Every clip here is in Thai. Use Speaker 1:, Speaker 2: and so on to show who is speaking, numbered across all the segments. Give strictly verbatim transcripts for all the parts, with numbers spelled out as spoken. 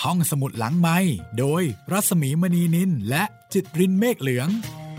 Speaker 1: ห้องสมุดหลังไมค์โดยรัศมีมณีนินและจิตรินเมฆเหลือง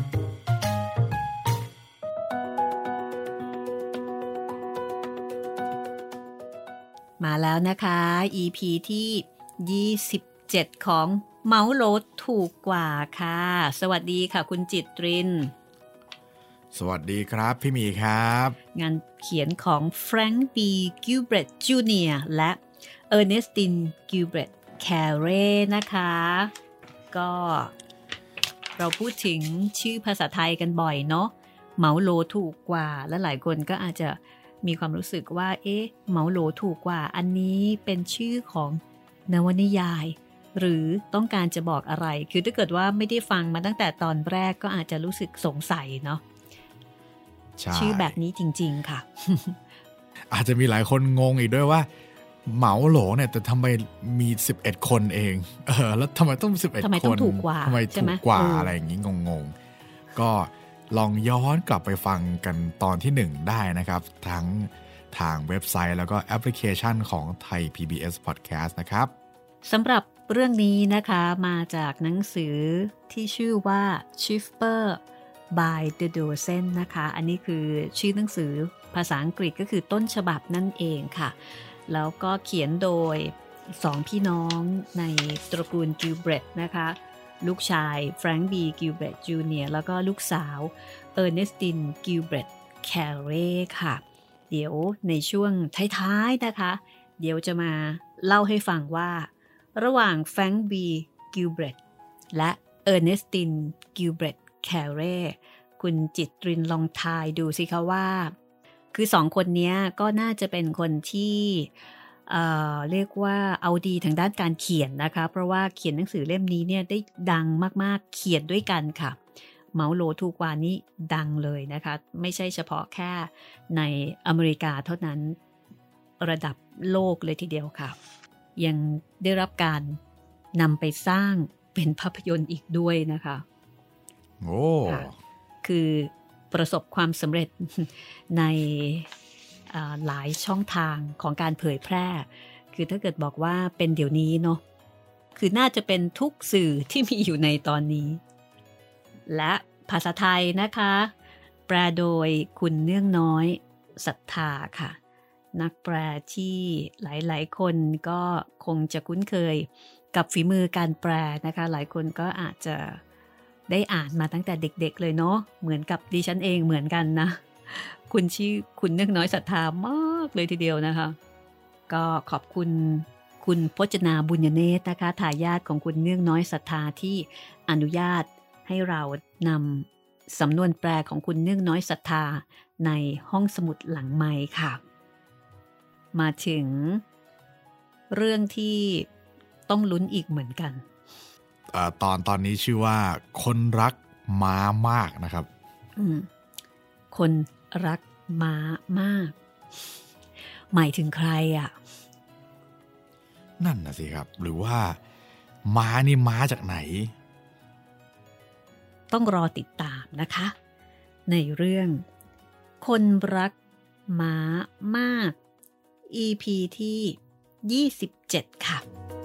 Speaker 2: มาแล้วนะคะ อี พี ที่ยี่สิบเจ็ดของเมาส์โหลดถูกกว่าค่ะสวัสดีค่ะคุณจิตริน
Speaker 1: สวัสดีครับพี่มีครับ
Speaker 2: งานเขียนของแฟรงค์ บี กิลเบรต จูเนียร์ และเออร์เนสติน กิลเบรต แคเร่นะคะก็เราพูดถึงชื่อภาษาไทยกันบ่อยเนาะเมาส์โหลดถูกกว่าและหลายคนก็อาจจะมีความรู้สึกว่าเอ๊ะเมาส์โหลถูกกว่าอันนี้เป็นชื่อของนวนิยายหรือต้องการจะบอกอะไรคือถ้าเกิดว่าไม่ได้ฟังมาตั้งแต่ตอนแรกก็อาจจะรู้สึกสงสัยเนาะชื่อแบบนี้จริงๆค่ะ
Speaker 1: อาจจะมีหลายคนงงอีกด้วยว่าเหมาโหลเนี่ยแต่ทำไมมีสิบเอ็ดคนเองเออแล้วทำไมต้องสิบเอ็ดคนทำไม
Speaker 2: ต้องถูกกว่า
Speaker 1: ทำไมถูกกว่าอะไรอย่างงี้งงๆก็ลองย้อนกลับไปฟังกันตอนที่หนึ่งได้นะครับทั้งทางเว็บไซต์แล้วก็แอปพลิเคชันของไทย พี บี เอส Podcast นะครับ
Speaker 2: สำหรับเรื่องนี้นะคะมาจากหนังสือที่ชื่อว่า Shifter by the Dozen นะคะอันนี้คือชื่อหนังสือภาษาอังกฤษก็คือต้นฉบับนั่นเองค่ะแล้วก็เขียนโดยสองพี่น้องในตระกูลกิลเบรตนะคะลูกชายแฟรงค์ บี กิลเบรต จูเนียร์ แล้วก็ลูกสาวเออร์เนสติน กิลเบรต แคเร่ค่ะเดี๋ยวในช่วงท้ายๆนะคะเดี๋ยวจะมาเล่าให้ฟังว่าระหว่างแฟรงค์ บี กิลเบรตและเออร์เนสติน กิลเบรต แคเร่คุณจิตรินลองทายดูสิคะว่าคือสองคนนี้ก็น่าจะเป็นคนที่เอ่อเรียกว่าเอาดีทางด้านการเขียนนะคะเพราะว่าเขียนหนังสือเล่มนี้เนี่ยได้ดังมากๆเขียนด้วยกันค่ะเมาส์โหลถูกกว่านี้ดังเลยนะคะไม่ใช่เฉพาะแค่ในอเมริกาเท่านั้นระดับโลกเลยทีเดียวค่ะยังได้รับการนำไปสร้างเป็นภาพยนตร์อีกด้วยนะคะ
Speaker 1: โอ้
Speaker 2: คือประสบความสำเร็จในหลายช่องทางของการเผยแพร่คือถ้าเกิดบอกว่าเป็นเดี๋ยวนี้เนาะคือน่าจะเป็นทุกสื่อที่มีอยู่ในตอนนี้และภาษาไทยนะคะแปลโดยคุณเนื่องน้อยศรัทธาค่ะนักแปลที่หลายๆคนก็คงจะคุ้นเคยกับฝีมือการแปลนะคะหลายคนก็อาจจะได้อ่านมาตั้งแต่เด็กๆเลยเนาะเหมือนกับดิฉันเองเหมือนกันนะคุณชื่อคุณเนื่องน้อยศรัทธามากเลยทีเดียวนะคะก็ขอบคุณคุณพจนาบุญญเนตรนะคะทายาทของคุณเนื่องน้อยศรัทธาที่อนุญาตให้เรานำสำนวนแปลของคุณเนื่องน้อยศรัทธาในห้องสมุดหลังไมค์ค่ะมาถึงเรื่องที่ต้องลุ้นอีกเหมือนกัน
Speaker 1: ตอนตอนนี้ชื่อว่าคนรักม้ามากนะครับ
Speaker 2: คนรักม้ามากหมายถึงใครอ่ะ
Speaker 1: นั่นน่ะสิครับหรือว่าม้านี่ม้าจากไหน
Speaker 2: ต้องรอติดตามนะคะในเรื่องคนรักม้ามาก อี พี ที่ยี่สิบเจ็ดค่ะ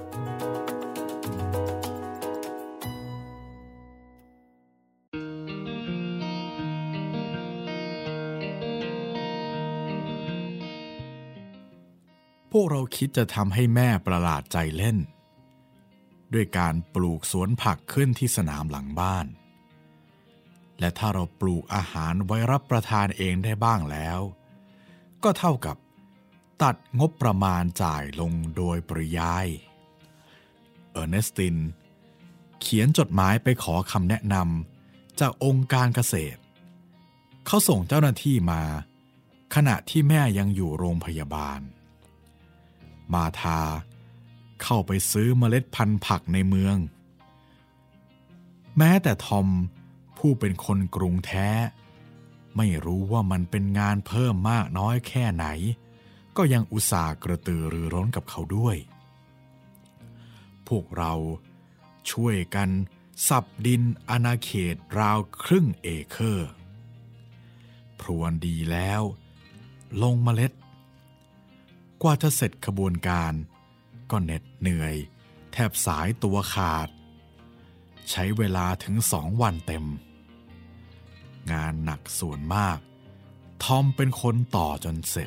Speaker 1: พวกเราคิดจะทำให้แม่ประหลาดใจเล่นด้วยการปลูกสวนผักขึ้นที่สนามหลังบ้านและถ้าเราปลูกอาหารไว้รับประทานเองได้บ้างแล้วก็เท่ากับตัดงบประมาณจ่ายลงโดยปริยายเออร์เนสตินเขียนจดหมายไปขอคำแนะนำจากองค์การเกษตรเขาส่งเจ้าหน้าที่มาขณะที่แม่ยังอยู่โรงพยาบาลมาธาเข้าไปซื้อเมล็ดพันธุ์ผักในเมืองแม้แต่ทอมผู้เป็นคนกรุงแท้ไม่รู้ว่ามันเป็นงานเพิ่มมากน้อยแค่ไหนก็ยังอุตส่าห์กระตือรือร้นกับเขาด้วยพวกเราช่วยกันสับดินอาณาเขตราวครึ่งเอเคอร์พรวนดีแล้วลงเมล็ดกว่าจะเสร็จขบวนการก็เหน็ดเหนื่อยแทบสายตัวขาดใช้เวลาถึงสองวันเต็มงานหนักส่วนมากทอมเป็นคนต่อจนเสร็จ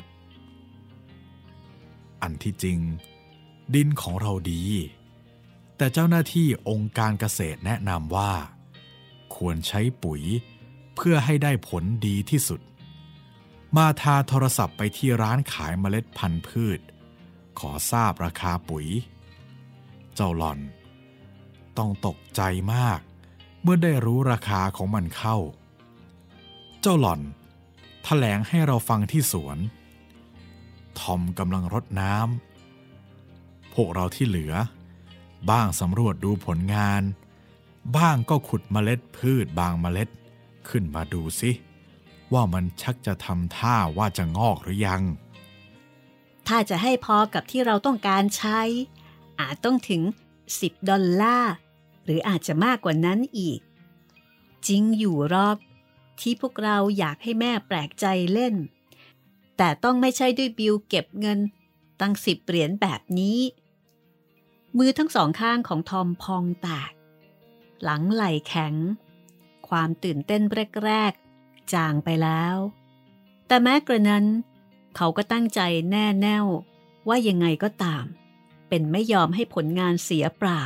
Speaker 1: อันที่จริงดินของเราดีแต่เจ้าหน้าที่องค์การเกษตรแนะนำว่าควรใช้ปุ๋ยเพื่อให้ได้ผลดีที่สุดมาทาโทรศัพท์ไปที่ร้านขายเมล็ดพันธุ์พืชขอทราบราคาปุ๋ยเจ้าหล่อนต้องตกใจมากเมื่อได้รู้ราคาของมันเข้าเจ้าหล่อนแถลงให้เราฟังที่สวนทอมกำลังรดน้ำพวกเราที่เหลือบ้างสำรวจดูผลงานบ้างก็ขุดเมล็ดพืชบางเมล็ดขึ้นมาดูสิว่ามันชักจะทำท่าว่าจะงอกหรือยัง
Speaker 2: ถ้าจะให้พอกับที่เราต้องการใช้อาจต้องถึงสิบดอลลาร์หรืออาจจะมากกว่านั้นอีกจริงอยู่รอบที่พวกเราอยากให้แม่แปลกใจเล่นแต่ต้องไม่ใช่ด้วยบิลเก็บเงินตั้งสิบเหรียญแบบนี้มือทั้งสองข้างของทอมพองแตกหลังไหล่แข็งความตื่นเต้นแรกๆจางไปแล้วแต่แม้กระนั้นเขาก็ตั้งใจแน่แน่วว่ายังไงก็ตามเป็นไม่ยอมให้ผลงานเสียเปล่า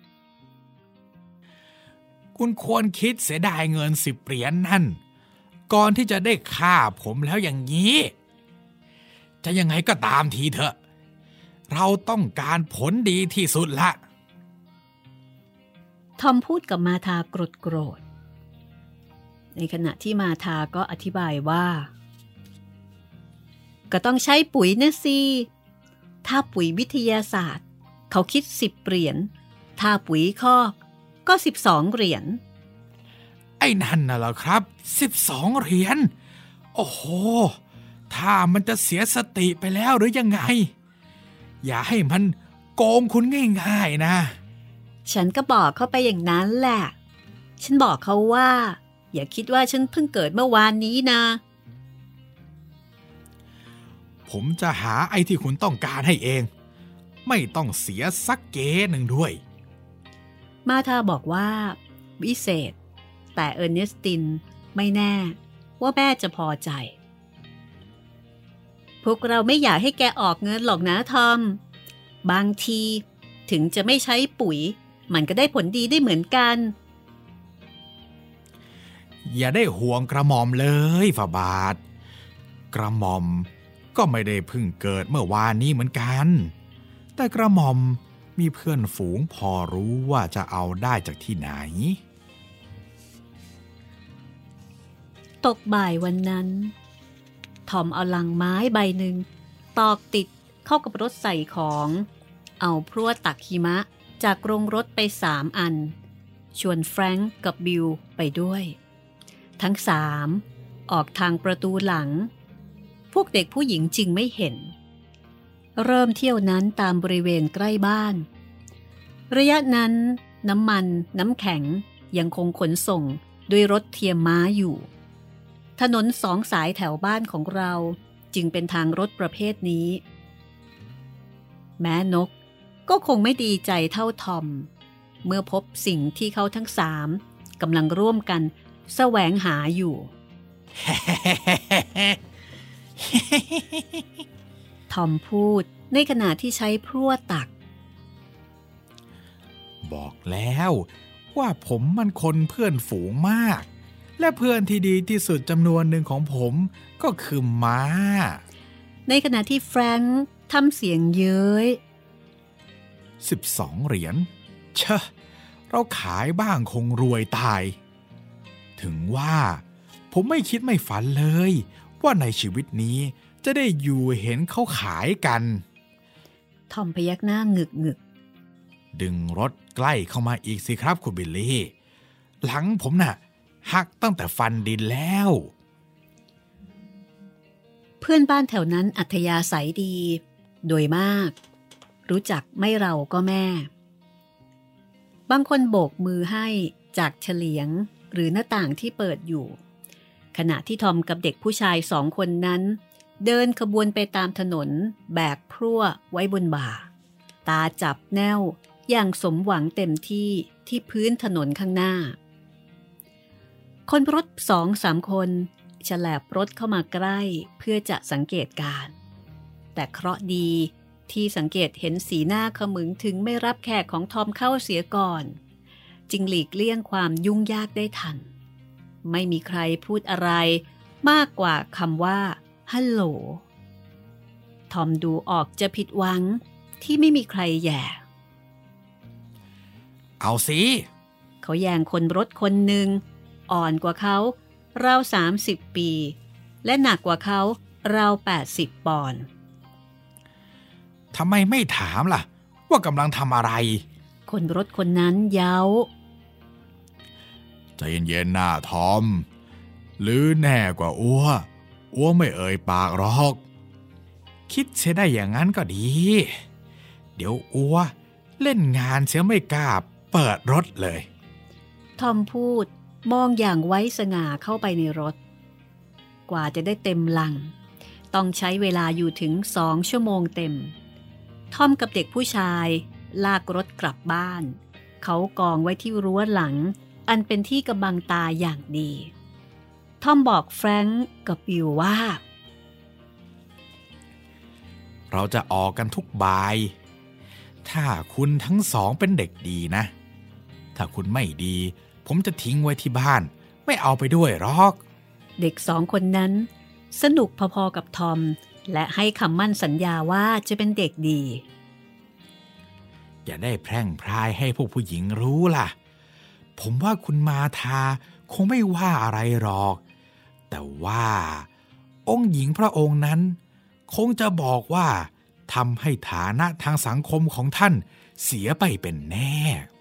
Speaker 1: คุณควรคิดเสียดายเงินสิบเหรียญ น, นั่นก่อนที่จะได้ฆ่าผมแล้วอย่างนี้จะยังไงก็ตามทีเถอะเราต้องการผลดีที่สุดละ
Speaker 2: ทอมพูดกับมาธาโกรธโกรธในขณะที่มาธาก็อธิบายว่าก็ต้องใช้ปุ๋ยนะสิถ้าปุ๋ยวิทยาศาสตร์เขาคิดสิบเหรียญถ้าปุ๋ยคอกก็สิบสองเหรียญ
Speaker 1: ไอ้นั่นน่ะเหรอครับสิบสองเหรียญโอ้โหถ้ามันจะเสียสติไปแล้วหรือยังไงอย่าให้มันโกงคุณง่ายๆนะ
Speaker 2: ฉันก็บอกเขาไปอย่างนั้นแหละฉันบอกเขาว่าอย่าคิดว่าฉันเพิ่งเกิดเมื่อวานนี้นะ
Speaker 1: ผมจะหาไอ้ที่คุณต้องการให้เองไม่ต้องเสียสักเก๋หนึ่งด้วย
Speaker 2: มาธาบอกว่าวิเศษแต่เออร์เนสตินไม่แน่ว่าแม่จะพอใจพวกเราไม่อยากให้แกออกเงินหรอกนะทอมบางทีถึงจะไม่ใช้ปุ๋ยมันก็ได้ผลดีได้เหมือนกัน
Speaker 1: อย่าได้ห่วงกระหม่อมเลยฝ่าบาทกระหม่อมก็ไม่ได้เพิ่งเกิดเมื่อวานนี้เหมือนกันแต่กระหม่อมมีเพื่อนฝูงพอรู้ว่าจะเอาได้จากที่ไหน
Speaker 2: ตกบ่ายวันนั้นทอมเอาลังไม้ใบหนึ่งตอกติดเข้ากับรถใส่ของเอาพลั่วตักหิมะจากโรงรถไปสามอันชวนแฟรงก์กับบิลไปด้วยทั้งสามออกทางประตูหลังพวกเด็กผู้หญิงจึงไม่เห็นเริ่มเที่ยวนั้นตามบริเวณใกล้บ้านระยะนั้นน้ำมันน้ำแข็งยังคงขนส่งด้วยรถเทียมม้าอยู่ถนนสองสายแถวบ้านของเราจึงเป็นทางรถประเภทนี้แม้นกก็คงไม่ดีใจเท่าทอมเมื่อพบสิ่งที่เขาทั้งสามกำลังร่วมกันแสวงหาอยู่ ทอมพูดในขณะที่ใช้พลั่วตัก
Speaker 1: บอกแล้วว่าผมมันคนเพื่อนฝูงมากและเพื่อนที่ดีที่สุดจำนวนหนึ่งของผมก็คือม้า
Speaker 2: ในขณะที่แฟรงค์ทำเสียงเย้ย
Speaker 1: สิบสองเหรียญเชอะเราขายบ้างคงรวยตายถึงว่าผมไม่คิดไม่ฝันเลยว่าในชีวิตนี้จะได้อยู่เห็นเขาขายกัน
Speaker 2: ทอมพยักหน้างึกงึก
Speaker 1: ดึงรถใกล้เข้ามาอีกสิครับคุณบิลลี่หลังผมน่ะหักตั้งแต่ฟันดินแล้ว
Speaker 2: เพื่อนบ้านแถวนั้นอัธยาศัยดีโดยมากรู้จักไม่เราก็แม่บางคนโบกมือให้จากเฉลียงหรือหน้าต่างที่เปิดอยู่ขณะที่ทอมกับเด็กผู้ชายสองคนนั้นเดินขบวนไปตามถนนแบกพลั่วไว้บนบ่าตาจับแนวอย่างสมหวังเต็มที่ที่พื้นถนนข้างหน้าคนรถสองสามคนฉลาบรถเข้ามาใกล้เพื่อจะสังเกตการณ์แต่เคราะห์ดีที่สังเกตเห็นสีหน้าขมึงถึงไม่รับแขกของทอมเข้าเสียก่อนจึงหลีกเลี่ยงความยุ่งยากได้ทันไม่มีใครพูดอะไรมากกว่าคำว่าฮัลโหลทอมดูออกจะผิดหวังที่ไม่มีใครแย่
Speaker 1: เอาสิ
Speaker 2: เขาแย่งคนรถคนหนึ่งอ่อนกว่าเขาราวสามสิบปีและหนักกว่าเขาราวแปดสิบปอนด์
Speaker 1: ทำไมไม่ถามล่ะว่ากำลังทำอะไร
Speaker 2: คนรถคนนั้นเย้า
Speaker 1: ใจเย็นๆหน้าทอมหรือแน่กว่าอ้วอ้วไม่เอ่ยปากหรอกคิดเสียได้อย่างนั้นก็ดีเดี๋ยวอ้วเล่นงานเสียไม่กล้าเปิดรถเลย
Speaker 2: ทอมพูดมองอย่างไว้สง่าเข้าไปในรถกว่าจะได้เต็มลังต้องใช้เวลาอยู่ถึงสองชั่วโมงเต็มทอมกับเด็กผู้ชายลากรถกลับบ้านเขากองไว้ที่รั้วหลังอันเป็นที่กำบังตาอย่างดีทอมบอกแฟรงก์กับบิลว่า
Speaker 1: เราจะออกกันทุกบ่ายถ้าคุณทั้งสองเป็นเด็กดีนะถ้าคุณไม่ดีผมจะทิ้งไว้ที่บ้านไม่เอาไปด้วยหรอก
Speaker 2: เด็กสองคนนั้นสนุกพอๆกับทอมและให้คำมั่นสัญญาว่าจะเป็นเด็กดี
Speaker 1: อย่าได้แพร่งพรายให้พวกผู้หญิงรู้ล่ะผมว่าคุณมาทาคงไม่ว่าอะไรหรอกแต่ว่าองค์หญิงพระองค์นั้นคงจะบอกว่าทำให้ฐานะทางสังคมของท่านเสียไปเป็นแน่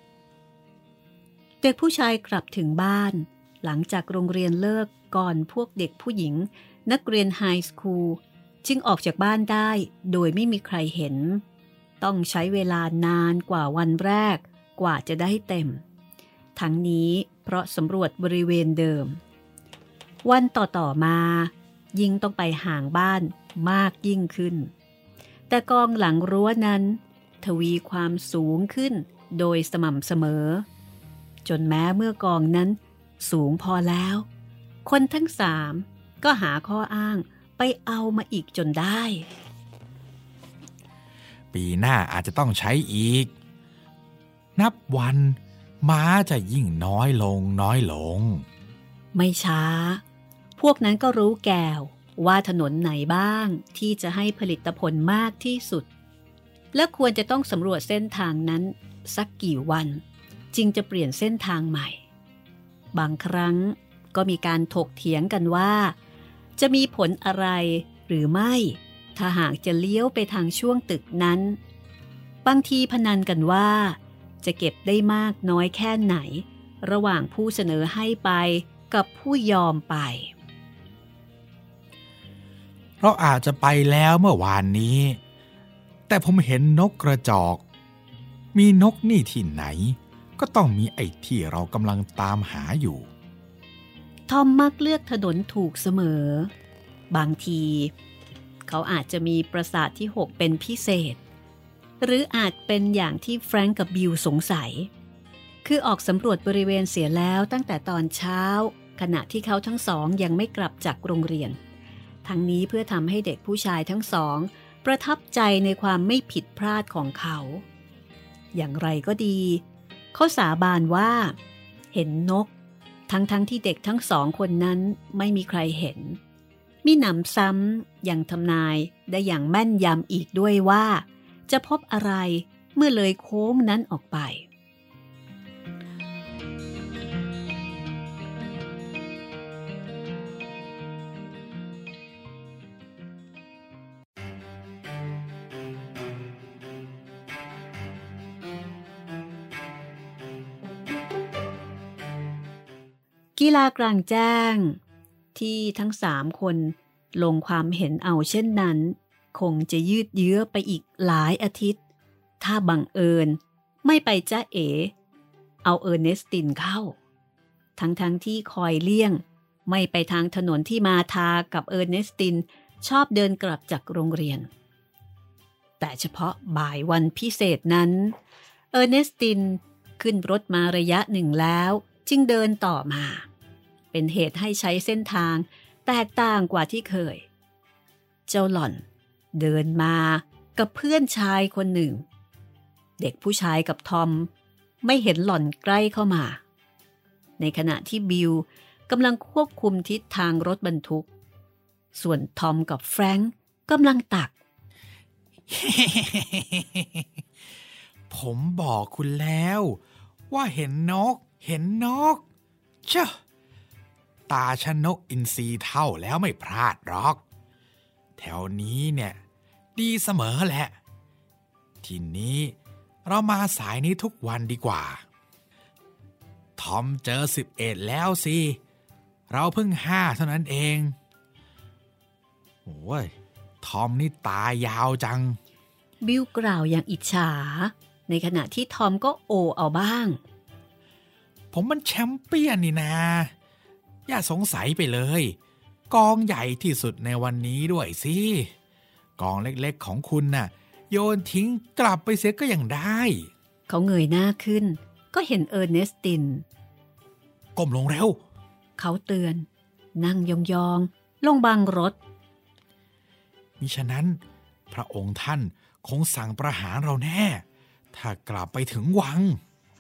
Speaker 2: เด็กผู้ชายกลับถึงบ้านหลังจากโรงเรียนเลิกก่อนพวกเด็กผู้หญิงนักเรียนไฮสคูลจึงออกจากบ้านได้โดยไม่มีใครเห็นต้องใช้เวลานานกว่าวันแรกกว่าจะได้เต็มทั้งนี้เพราะสำรวจบริเวณเดิมวันต่อๆมายิ่งต้องไปห่างบ้านมากยิ่งขึ้นแต่กองหลังรั้วนั้นทวีความสูงขึ้นโดยสม่ำเสมอจนแม้เมื่อกองนั้นสูงพอแล้วคนทั้งสามก็หาข้ออ้างไปเอามาอีกจนได้
Speaker 1: ปีหน้าอาจจะต้องใช้อีกนับวันม้าจะยิ่งน้อยลงน้อยลง
Speaker 2: ไม่ช้าพวกนั้นก็รู้แก่วว่าถนนไหนบ้างที่จะให้ผลิตผลมากที่สุดและควรจะต้องสำรวจเส้นทางนั้นสักกี่วันจึงจะเปลี่ยนเส้นทางใหม่บางครั้งก็มีการถกเถียงกันว่าจะมีผลอะไรหรือไม่ถ้าหากจะเลี้ยวไปทางช่วงตึกนั้นบางทีพนันกันว่าจะเก็บได้มากน้อยแค่ไหนระหว่างผู้เสนอให้ไปกับผู้ยอมไป
Speaker 1: เราอาจจะไปแล้วเมื่อวานนี้แต่ผมเห็นนกกระจอกมีนกนี่ที่ไหนก็ต้องมีไอ้ที่เรากำลังตามหาอยู่
Speaker 2: ทอมมักเลือกถนนถูกเสมอบางทีเขาอาจจะมีประสาทที่หกเป็นพิเศษหรืออาจเป็นอย่างที่แฟรงก์กับบิลสงสัยคือออกสำรวจบริเวณเสียแล้วตั้งแต่ตอนเช้าขณะที่เขาทั้งสองยังไม่กลับจากโรงเรียนทั้งนี้เพื่อทำให้เด็กผู้ชายทั้งสองประทับใจในความไม่ผิดพลาดของเขาอย่างไรก็ดีเขาสาบานว่าเห็นนกทั้งๆ ท, ที่เด็กทั้งสองคนนั้นไม่มีใครเห็นมิหนำซ้ำยังทำนายได้อย่างแม่นยำอีกด้วยว่าจะพบอะไรเมื่อเลยโค้งนั้นออกไปกีฬากลางแจ้งที่ทั้งสามคนลงความเห็นเอาเช่นนั้นคงจะยืดเยื้อไปอีกหลายอาทิตย์ถ้าบังเอิญไม่ไปจ้าเอ๋เอาเออร์เนสตินเข้าทั้งๆ ท, ที่คอยเลี่ยงไม่ไปทางถนนที่มาทากับเออร์เนสตินชอบเดินกลับจากโรงเรียนแต่เฉพาะบ่ายวันพิเศษนั้นเออร์เนสตินขึ้นรถมาระยะหนึ่งแล้วจึงเดินต่อมาเป็นเหตุให้ใช้เส้นทางแตกต่างกว่าที่เคยเจ้าหล่อนเดินมากับเพื่อนชายคนหนึ่งเด็กผู้ชายกับทอมไม่เห็นหล่อนใกล้เข้ามาในขณะที่บิลกำลังควบคุมทิศทางรถบรรทุกส่วนทอมกับแฟรงก์กำลังตัก
Speaker 1: ผมบอกคุณแล้วว่าเห็นนกเห็นนกเจ้าตาชนกอินทรีเท่าแล้วไม่พลาดหรอกแถวนี้เนี่ยดีเสมอแหละทีนี้เรามาสายนี้ทุกวันดีกว่าทอมเจอสิบเอ็ดแล้วสิเราเพิ่งห้าเท่านั้นเองโอ้ยทอมนี่ตายาวจัง
Speaker 2: บิลกล่าวอย่างอิจฉาในขณะที่ทอมก็โอเอาบ้าง
Speaker 1: ผมมันแชมเปี้ยนนี่นะอย่าสงสัยไปเลยกองใหญ่ที่สุดในวันนี้ด้วยสิกองเล็กๆของคุณน่ะโยนทิ้งกลับไปเสียก็ยังได้
Speaker 2: เขาเงยหน้าขึ้นก็เห็นเออร์เนสติน
Speaker 1: ก้มลงเร็ว
Speaker 2: เขาเตือนนั่งยองๆลงบังรถ
Speaker 1: มิฉะนั้นพระองค์ท่านคงสั่งประหารเราแน่ถ้ากลับไปถึงวัง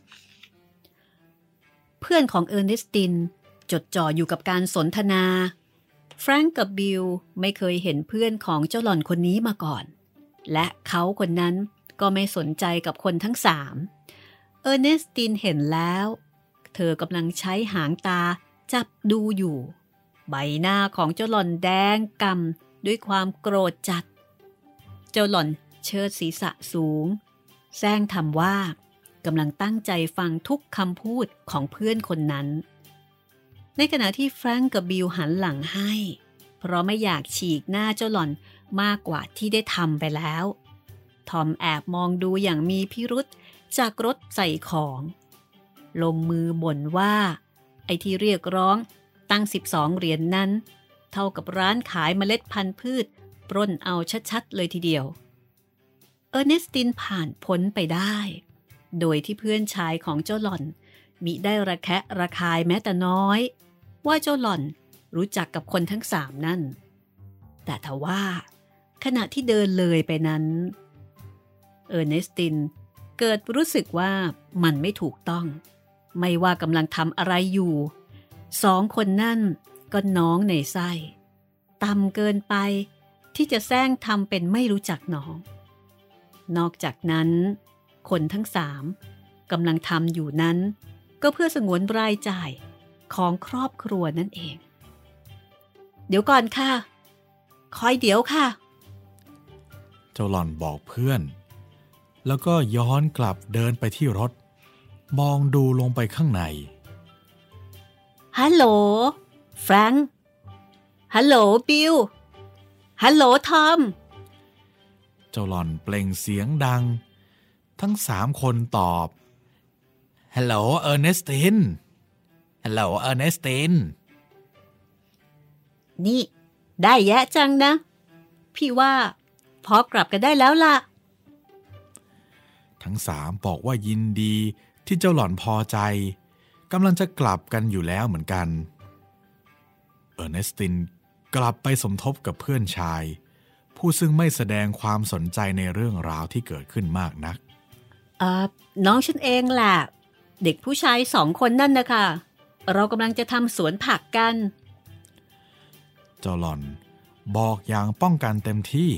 Speaker 2: เพื่อนของเออร์เนสตินจดจ่ออยู่กับการสนทนาแฟรงก์กับบิลไม่เคยเห็นเพื่อนของเจ้าหล่อนคนนี้มาก่อนและเขาคนนั้นก็ไม่สนใจกับคนทั้งสามเออร์เนสตินเห็นแล้วเธอกำลังใช้หางตาจับดูอยู่ใบหน้าของเจ้าหล่อนแดงกำด้วยความโกรธจัดเจ้าหล่อนเชิดศีรษะสูงแซงทำว่ากำลังตั้งใจฟังทุกคำพูดของเพื่อนคนนั้นในขณะที่แฟรงก์กับบิลหันหลังให้เพราะไม่อยากฉีกหน้าเจ้าหล่อนมากกว่าที่ได้ทำไปแล้วทอมแอบมองดูอย่างมีพิรุธจากรถใส่ของลงมือบ่นว่าไอ้ที่เรียกร้องตั้งสิบสองเหรียญ น, นั้นเท่ากับร้านขายเมล็ดพันธุ์พืชปล้นเอาชัดๆเลยทีเดียวเออร์เนสตินผ่านพ้นไปได้โดยที่เพื่อนชายของเจ้าหล่อนมิได้ระแคะระคายแม้แต่น้อยว่าเจ้าหล่อนรู้จักกับคนทั้งสามนั่นแต่ทว่าขณะที่เดินเลยไปนั้นเออร์เนสตินเกิดรู้สึกว่ามันไม่ถูกต้องไม่ว่ากำลังทำอะไรอยู่สองคนนั่นก็น้องในไส้ต่ำเกินไปที่จะแซงทำเป็นไม่รู้จักน้องนอกจากนั้นคนทั้งสามกำลังทำอยู่นั้นก็เพื่อสงวนรายจ่ายของครอบครัวนั่นเองเดี๋ยวก่อนค่ะคอยเดี๋ยวค่ะ
Speaker 1: เจ้าหล่อนบอกเพื่อนแล้วก็ย้อนกลับเดินไปที่รถมองดูลงไปข้างใน
Speaker 2: ฮัลโหลแฟรงค์ฮัลโหลบิลฮัลโหลทอม
Speaker 1: เจ้าหล่อนเปล่งเสียงดังทั้งสามคนตอบฮัลโหลเออร์เนสตินฮัลโหลเออร์เนสติน
Speaker 2: นี่ได้แยะจังนะพี่ว่าพอกลับกันได้แล้วล่ะ
Speaker 1: ทั้งสามบอกว่ายินดีที่เจ้าหล่อนพอใจกำลังจะกลับกันอยู่แล้วเหมือนกันเออร์เนสตินกลับไปสมทบกับเพื่อนชายผู้ซึ่งไม่แสดงความสนใจในเรื่องราวที่เกิดขึ้นมากนัก
Speaker 2: เอ่อน้องฉันเองแหละเด็กผู้ชายสองคนนั่นนะคะเรากำลังจะทำสวนผักกัน
Speaker 1: เจ้าหล่อนบอกอย่างป้องกันเต็มที่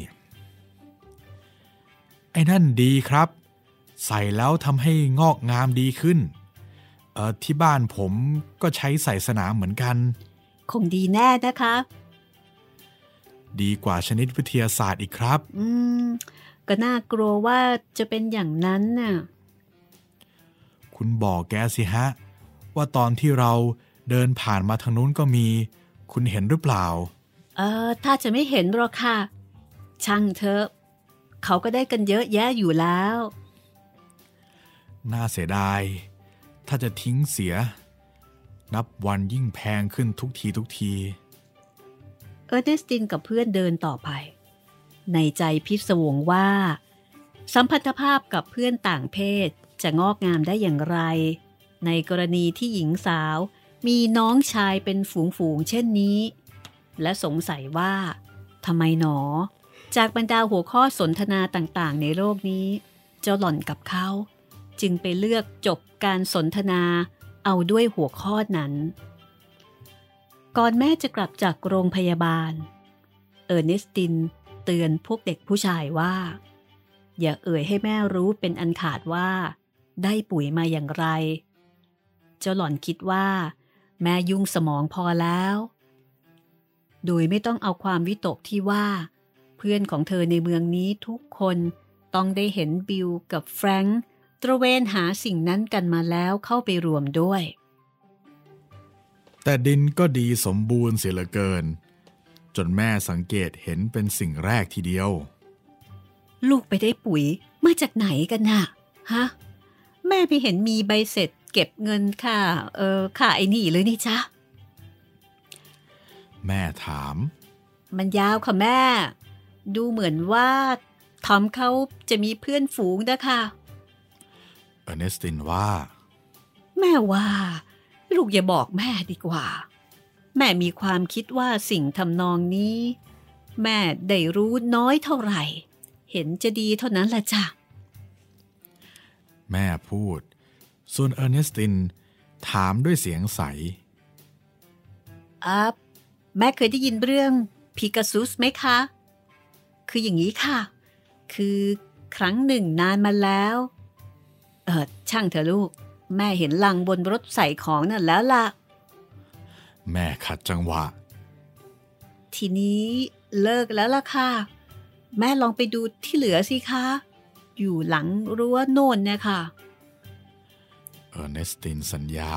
Speaker 1: ไอ้นั่นดีครับใส่แล้วทำให้งอกงามดีขึ้นเอ่อที่บ้านผมก็ใช้ใส่สนามเหมือนกัน
Speaker 2: คงดีแน่นะคะ
Speaker 1: ดีกว่าชนิดวิทยาศาสตร์อีกครับ
Speaker 2: อืมก็น่ากลัวว่าจะเป็นอย่างนั้นน่ะ
Speaker 1: คุณบอกแกสิฮะว่าตอนที่เราเดินผ่านมาทางนู้นก็มีคุณเห็นหรือเปล่า
Speaker 2: เออถ้าจะไม่เห็นหรอกค่ะช่างเถอะเขาก็ได้กันเยอะแยะอยู่แล้ว
Speaker 1: น่าเสียดายถ้าจะทิ้งเสียนับวันยิ่งแพงขึ้นทุกทีทุกที
Speaker 2: เออร์เนสตินกับเพื่อนเดินต่อไปในใจพิศวงว่าสัมพันธภาพกับเพื่อนต่างเพศจะงอกงามได้อย่างไรในกรณีที่หญิงสาวมีน้องชายเป็นฝูงๆเช่นนี้และสงสัยว่าทำไมหนอจากบรรดาหัวข้อสนทนาต่างๆในโลกนี้เจ้าหล่อนกับเขาจึงไปเลือกจบการสนทนาเอาด้วยหัวข้อนั้นก่อนแม่จะกลับจากโรงพยาบาลเออร์เนสตินเตือนพวกเด็กผู้ชายว่าอย่าเอ่ยให้แม่รู้เป็นอันขาดว่าได้ปุ๋ยมาอย่างไรเจ้าหล่อนคิดว่าแม่ยุ่งสมองพอแล้วโดยไม่ต้องเอาความวิตกที่ว่าเพื่อนของเธอในเมืองนี้ทุกคนต้องได้เห็นบิลกับแฟรงค์ตระเวนหาสิ่งนั้นกันมาแล้วเข้าไปรวมด้วย
Speaker 1: แต่ดินก็ดีสมบูรณ์เสียเหลือเกินจนแม่สังเกตเห็นเป็นสิ่งแรกทีเดียว
Speaker 2: ลูกไปได้ปุ๋ยมาจากไหนกันน่ะฮะแม่ไม่เห็นมีใบเสร็จเก็บเงินค่าเออค่าไอ้นี่เลยนี่จ๊ะ
Speaker 1: แม่ถาม
Speaker 2: มันยาวค่ะแม่ดูเหมือนว่าทอมเขาจะมีเพื่อนฝูงนะคะ
Speaker 1: เออร์เนสตินว่า
Speaker 2: แม่ว่าลูกอย่าบอกแม่ดีกว่าแม่มีความคิดว่าสิ่งทำนองนี้แม่ได้รู้น้อยเท่าไหร่เห็นจะดีเท่านั้นแหละจ้ะ
Speaker 1: แม่พูดส่วนเออร์เนสตินถามด้วยเสียงใส
Speaker 2: อัพแม่เคยได้ยินเรื่องพิกาซุสไหมคะคืออย่างนี้ค่ะคือครั้งหนึ่งนานมาแล้วเออช่างเถอะลูกแม่เห็นลังบนรถใส่ของนั่นแล้วล่ะ
Speaker 1: แม่ขัดจังหวะ
Speaker 2: ทีนี้เลิกแล้วล่ะค่ะแม่ลองไปดูที่เหลือสิคะอยู่หลังรั้วโน่นเนี่ยค่ะ
Speaker 1: เออร์เนสตินสัญญา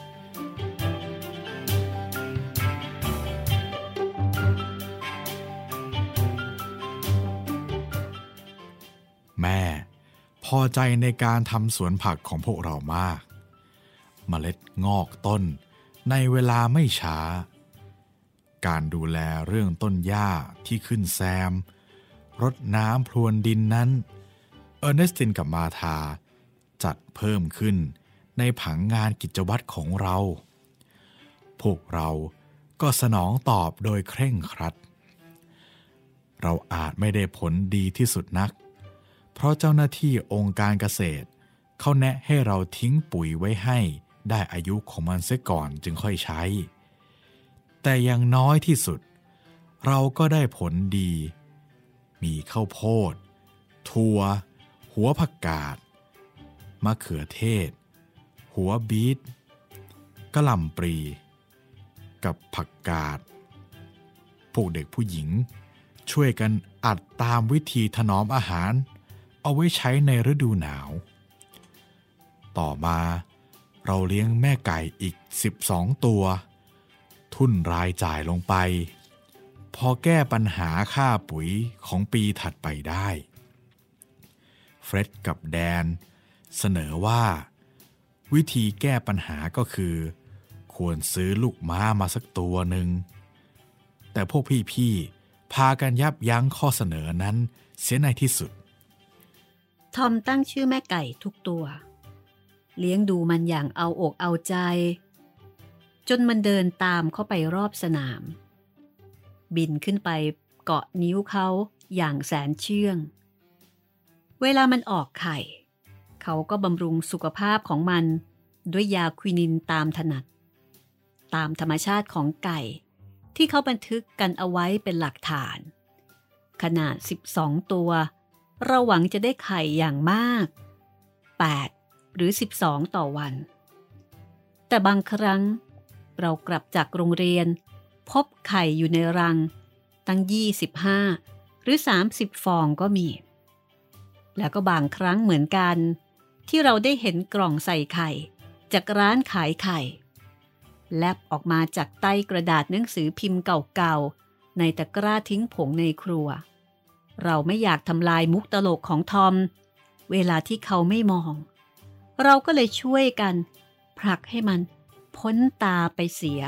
Speaker 1: แม่พอใจในการทำสวนผักของพวกเรามากเมล็ดงอกต้นในเวลาไม่ช้าการดูแลเรื่องต้นหญ้าที่ขึ้นแซมรดน้ำพรวนดินนั้นเออร์เนสตินกับมาธาจัดเพิ่มขึ้นในผังงานกิจวัตรของเราพวกเราก็สนองตอบโดยเคร่งครัดเราอาจไม่ได้ผลดีที่สุดนักเพราะเจ้าหน้าที่องค์การเกษตรเขาแนะให้เราทิ้งปุ๋ยไว้ให้ได้อายุของมันเสียก่อนจึงค่อยใช้แต่อย่างน้อยที่สุดเราก็ได้ผลดีมีข้าวโพดถั่วหัวผักกาดมะเขือเทศหัวบีทกะหล่ำปลีกับผักกาดพวกเด็กผู้หญิงช่วยกันอัดตามวิธีถนอมอาหารเอาไว้ใช้ในฤดูหนาวต่อมาเราเลี้ยงแม่ไก่อีกสิบสองตัวทุนรายจ่ายลงไปพอแก้ปัญหาค่าปุ๋ยของปีถัดไปได้เฟร็ดกับแดนเสนอว่าวิธีแก้ปัญหาก็คือควรซื้อลูกม้ามาสักตัวหนึ่งแต่พวกพี่ๆพากันยับยั้งข้อเสนอนั้นเสียในที่สุด
Speaker 2: ทอมตั้งชื่อแม่ไก่ทุกตัวเลี้ยงดูมันอย่างเอาอกเอาใจจนมันเดินตามเข้าไปรอบสนามบินขึ้นไปเกาะนิ้วเขาอย่างแสนเชื่องเวลามันออกไข่เขาก็บำรุงสุขภาพของมันด้วยยาควินินตามถนัดตามธรรมชาติของไก่ที่เขาบันทึกกันเอาไว้เป็นหลักฐานขนาดสิบสองตัวเราหวังจะได้ไข่อย่างมากแปดหรือสิบสองต่อวันแต่บางครั้งเรากลับจากโรงเรียนพบไข่อยู่ในรังตั้งยี่สิบห้าหรือสามสิบฟองก็มีแล้วก็บางครั้งเหมือนกันที่เราได้เห็นกล่องใส่ไข่จากร้านขายไข่แลบออกมาจากใต้กระดาษหนังสือพิมพ์เก่าๆในตะกร้าทิ้งผงในครัวเราไม่อยากทำลายมุกตลกของทอมเวลาที่เขาไม่มองเราก็เลยช่วยกันผลักให้มันพ้นตาไปเสีย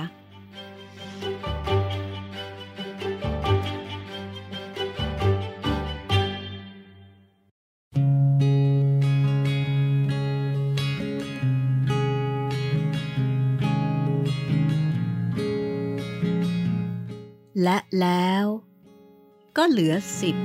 Speaker 1: พ
Speaker 2: และแล้วก็เหลือสิบ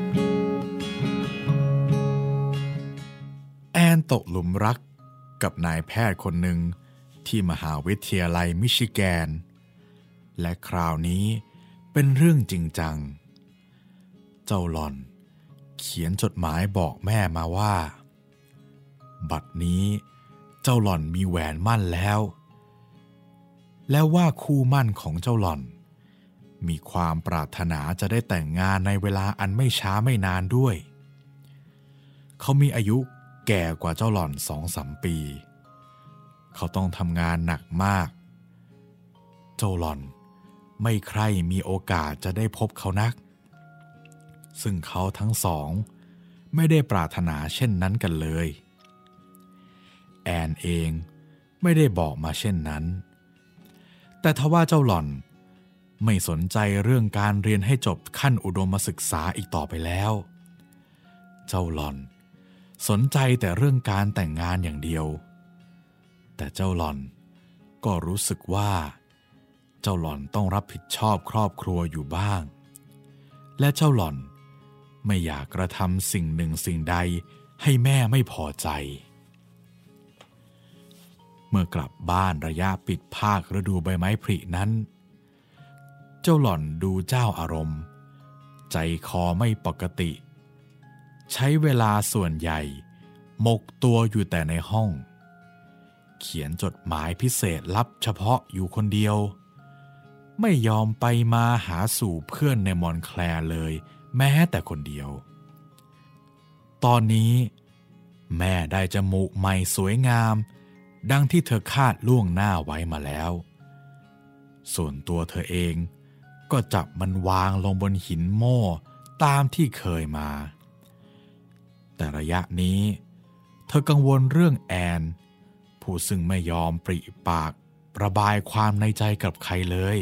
Speaker 1: แอนตกหลุมรักกับนายแพทย์คนหนึ่งที่มหาวิทยาลัยมิชิแกนและคราวนี้เป็นเรื่องจริงจังเจ้าหล่อนเขียนจดหมายบอกแม่มาว่าบัดนี้เจ้าหล่อนมีแหวนมั่นแล้วและว่าคู่มั่นของเจ้าหล่อนมีความปรารถนาจะได้แต่งงานในเวลาอันไม่ช้าไม่นานด้วยเขามีอายุแก่กว่าเจ้าหล่อนสองสามปีเขาต้องทำงานหนักมากเจ้าหล่อนไม่ใคร่มีโอกาสจะได้พบเขานักซึ่งเขาทั้งสองไม่ได้ปรารถนาเช่นนั้นกันเลยแอนเองไม่ได้บอกมาเช่นนั้นแต่ทว่าเจ้าหล่อนไม่สนใจเรื่องการเรียนให้จบขั้นอุดมศึกษาอีกต่อไปแล้วเจ้าหล่อนสนใจแต่เรื่องการแต่งงานอย่างเดียวแต่เจ้าหล่อนก็รู้สึกว่าเจ้าหล่อนต้องรับผิดชอบครอบครัวอยู่บ้างและเจ้าหล่อนไม่อยากกระทำสิ่งหนึ่งสิ่งใดให้แม่ไม่พอใจเมื่อกลับบ้านระยะปิดภาคฤดูใบไม้ผลินั้นเจ้าหล่อนดูเจ้าอารมณ์ใจคอไม่ปกติใช้เวลาส่วนใหญ่หมกตัวอยู่แต่ในห้องเขียนจดหมายพิเศษลับเฉพาะอยู่คนเดียวไม่ยอมไปมาหาสู่เพื่อนในมอนแคลร์เลยแม้แต่คนเดียวตอนนี้แม่ได้จมูกใหม่สวยงามดังที่เธอคาดล่วงหน้าไว้มาแล้วส่วนตัวเธอเองก็จับมันวางลงบนหินโม่ตามที่เคยมาแต่ระยะนี้เธอกังวลเรื่องแอนผู้ซึ่งไม่ยอมปริปากระบายความในใจกับใครเลย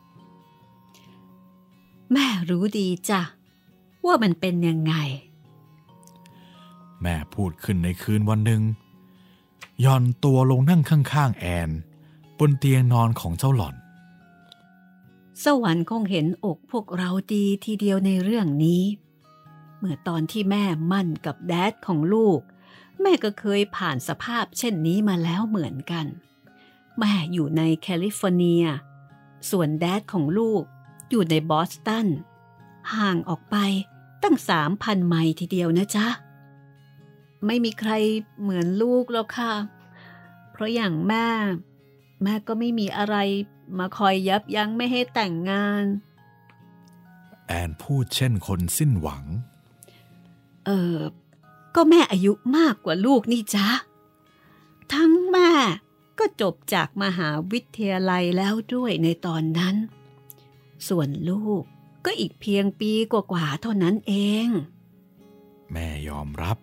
Speaker 2: แม่รู้ดีจ้ะว่ามันเป็นยังไง
Speaker 1: แม่พูดขึ้นในคืนวันหนึ่งย่อนตัวลงนั่งข้างๆแอนบนเตียงนอนของเจ้าหล่อน
Speaker 2: สวรรค์คงเห็นอกพวกเราดีทีเดียวในเรื่องนี้เมื่อตอนที่แม่มั่นกับแดดของลูกแม่ก็เคยผ่านสภาพเช่นนี้มาแล้วเหมือนกันแม่อยู่ในแคลิฟอร์เนียส่วนแดดของลูกอยู่ในบอสตันห่างออกไปตั้ง สามพัน ไมล์ทีเดียวนะจ๊ะไม่มีใครเหมือนลูกหรอกค่ะเพราะอย่างแม่แม่ก็ไม่มีอะไรมาคอยยับยั้งไม่ให้แต่งงาน
Speaker 1: แอนพูดเช่นคนสิ้นหวัง
Speaker 2: เออก็แม่อายุมากกว่าลูกนี่จ๊ะทั้งแม่ก็จบจากมหาวิทยาลัยแล้วด้วยในตอนนั้นส่วนลูกก็อีกเพียงปีกว่าๆเท่านั้นเอง
Speaker 1: แม่ยอมรับ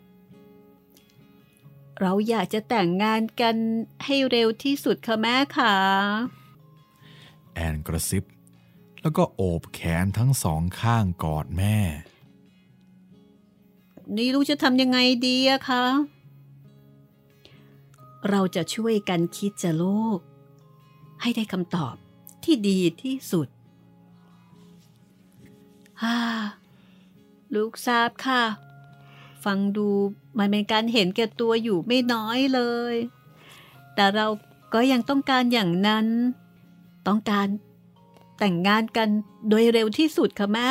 Speaker 2: เราอยากจะแต่งงานกันให้เร็วที่สุดค่ะแม่ค่ะ
Speaker 1: แอนกระซิบแล้วก็โอบแขนทั้งสองข้างกอดแม่
Speaker 2: นี่ลูกจะทำยังไงดีอะคะเราจะช่วยกันคิดจะลูกให้ได้คำตอบที่ดีที่สุดฮ่าลูกทราบค่ะฟังดูมันเป็นการเห็นแก่ตัวอยู่ไม่น้อยเลยแต่เราก็ยังต้องการอย่างนั้นต้องการแต่งงานกันโดยเร็วที่สุดค่ะแม่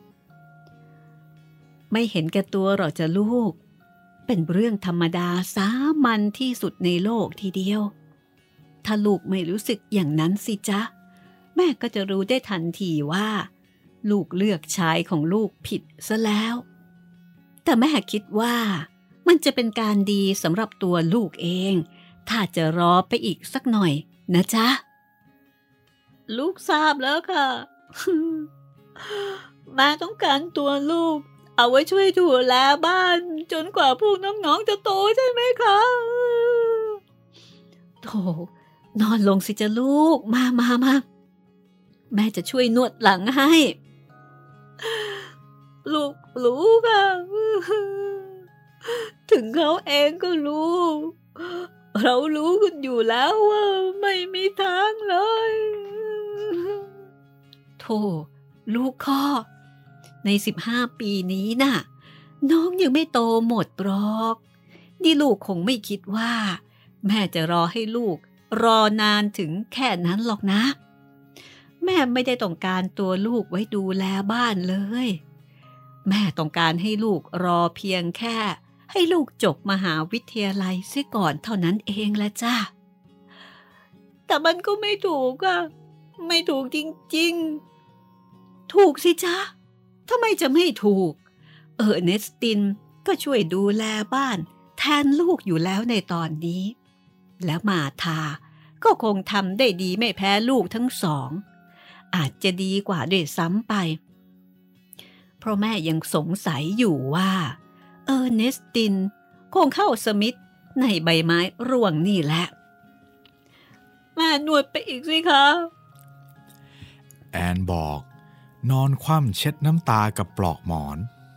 Speaker 2: ไม่เห็นแก่ตัวหรอกจ้ะลูกเป็นเรื่องธรรมดาสามัญที่สุดในโลกทีเดียวถ้าลูกไม่รู้สึกอย่างนั้นสิจ๊ะแม่ก็จะรู้ได้ทันทีว่าลูกเลือกชายของลูกผิดซะแล้วแต่แม่คิดว่ามันจะเป็นการดีสำหรับตัวลูกเองถ้าจะรอไปอีกสักหน่อยนะจ๊ะลูกทราบแล้วค่ะ แม่ต้องการตัวลูกเอาไว้ช่วยดูแลบ้านจนกว่าพวกน้องๆจะโตใช่ไหมคะโธ่นอนลงสิจ๊ะลูกมามามาแม่จะช่วยนวดหลังให้ลูกรู้ค่ะถึงเขาเองก็รู้เรารู้กันอยู่แล้วว่าไม่มีทางเลยโธ่ลูกข้อในสิบห้าปีนี้น่ะน้องยังไม่โตหมดหรอกนี่ลูกคงไม่คิดว่าแม่จะรอให้ลูกรอนานถึงแค่นั้นหรอกนะแม่ไม่ได้ต้องการตัวลูกไว้ดูแลบ้านเลยแม่ต้องการให้ลูกรอเพียงแค่ให้ลูกจบมหาวิทยาลัยเสียก่อนเท่านั้นเองละจ้ะแต่มันก็ไม่ถูกอะไม่ถูกจริงๆถูกสิจ๊ะทำไมจะไม่ถูกเออเนสตินก็ช่วยดูแลบ้านแทนลูกอยู่แล้วในตอนนี้แล้วมาทาก็คงทำได้ดีไม่แพ้ลูกทั้งสองอาจจะดีกว่าด้วยซ้ำไปเพราะแม่ยังสงสัยอยู่ว่าเออเนสตินคงเข้าสมิธในใบไม้ร่วงนี่แหละแม่นวดไปอีกสิคะ
Speaker 1: แอนบอกนอนคว่ำเช็ดน้ำตากับปลอกหมอน